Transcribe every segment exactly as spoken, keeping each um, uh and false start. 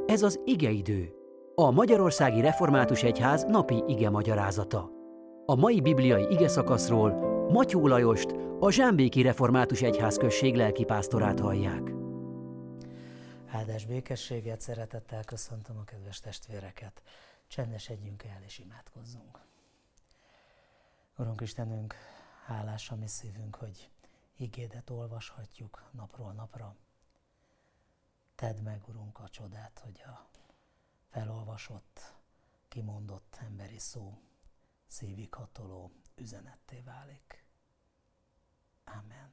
Ez az igeidő, a Magyarországi Református Egyház napi ige magyarázata. A mai bibliai ige szakaszról Matyó Lajost, a Zsámbéki Református Egyház község lelkipásztorát hallják. Áldás békességet, szeretettel köszöntöm a kedves testvéreket. Csendesedjünk el és imádkozzunk. Urunk Istenünk, hálás a mi szívünk, hogy igédet olvashatjuk napról napra. Tedd meg, Urunk, a csodát, hogy a felolvasott, kimondott emberi szó szívig hatoló üzenetté válik. Amen.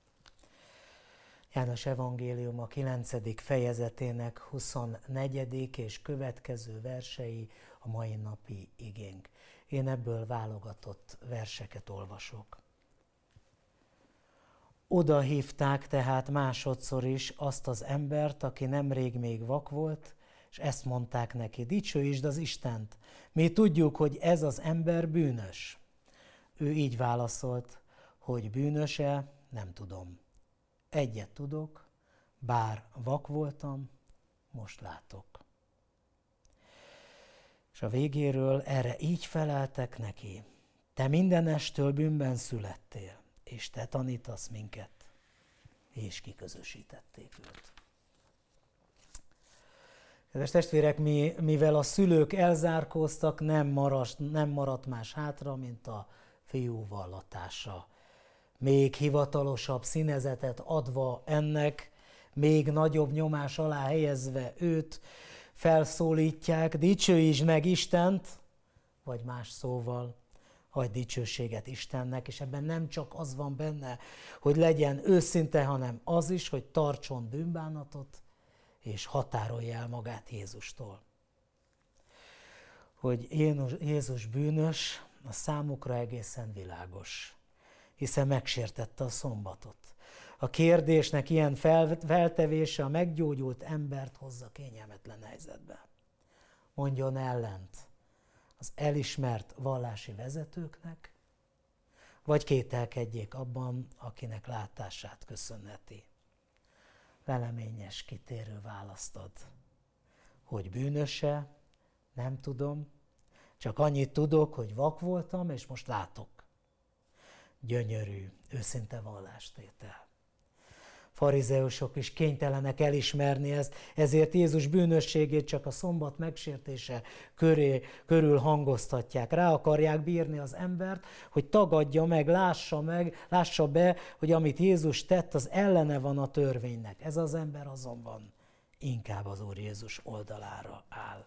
János evangélium a kilencedik fejezetének huszonnegyedik és következő versei a mai napi igénk. Én ebből válogatott verseket olvasok. Oda hívták tehát másodszor is azt az embert, aki nemrég még vak volt, és ezt mondták neki: dicsőítsd az Istent, mi tudjuk, hogy ez az ember bűnös. Ő így válaszolt, hogy bűnös-e, nem tudom. Egyet tudok, bár vak voltam, most látok. És a végéről erre így feleltek neki: te mindenestől bűnben születtél, és te tanítasz minket. És kiközösítették őt. Kedves testvérek, mi, mivel a szülők elzárkóztak, nem maradt, nem maradt más hátra, mint a fiú vallatása. Még hivatalosabb színezetet adva ennek, még nagyobb nyomás alá helyezve őt, felszólítják: dicsőítsd meg Istent, vagy más szóval, adj dicsőséget Istennek, és ebben nem csak az van benne, hogy legyen őszinte, hanem az is, hogy tartson bűnbánatot, és határolja el magát Jézustól. Hogy Jézus bűnös, a számukra egészen világos, hiszen megsértette a szombatot. A kérdésnek ilyen feltevése a meggyógyult embert hozza kényelmetlen helyzetbe. Mondjon ellent az elismert vallási vezetőknek, vagy kételkedjék abban, akinek látását köszönheti. Veleményes, kitérő választ ad, hogy bűnöse, nem tudom, csak annyit tudok, hogy vak voltam, és most látok. Gyönyörű, őszinte vallástétel. Farizeusok is kénytelenek elismerni ezt, ezért Jézus bűnösségét csak a szombat megsértése köré, körül hangoztatják. Rá akarják bírni az embert, hogy tagadja meg, lássa meg, lássa be, hogy amit Jézus tett, az ellene van a törvénynek. Ez az ember azonban inkább az Úr Jézus oldalára áll.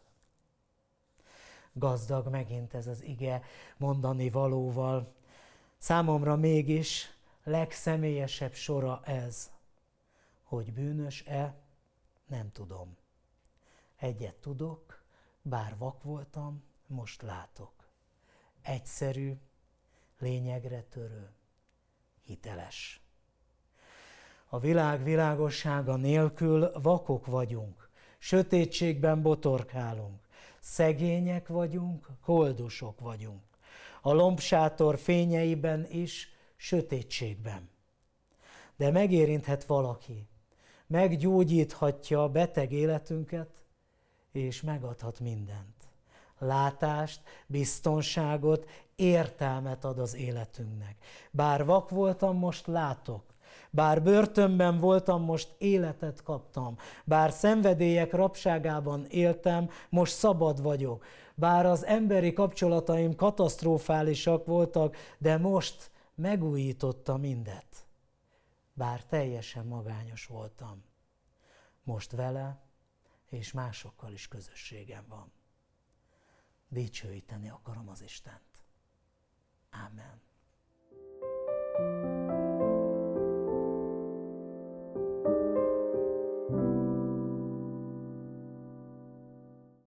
Gazdag megint ez az ige mondani valóval. Számomra mégis legszemélyesebb sora ez, hogy bűnös-e, nem tudom. Egyet tudok, bár vak voltam, most látok. Egyszerű, lényegre törő, hiteles. A világ világossága nélkül vakok vagyunk, sötétségben botorkálunk, szegények vagyunk, koldusok vagyunk. A lombsátor fényeiben is, sötétségben. De megérinthet valaki, meggyógyíthatja a beteg életünket, és megadhat mindent. Látást, biztonságot, értelmet ad az életünknek. Bár vak voltam, most látok. Bár börtönben voltam, most életet kaptam. Bár szenvedélyek rabságában éltem, most szabad vagyok. Bár az emberi kapcsolataim katasztrofálisak voltak, de most megújította mindet. Bár teljesen magányos voltam, most vele és másokkal is közösségem van. Dicsőíteni akarom az Istent. Ámen.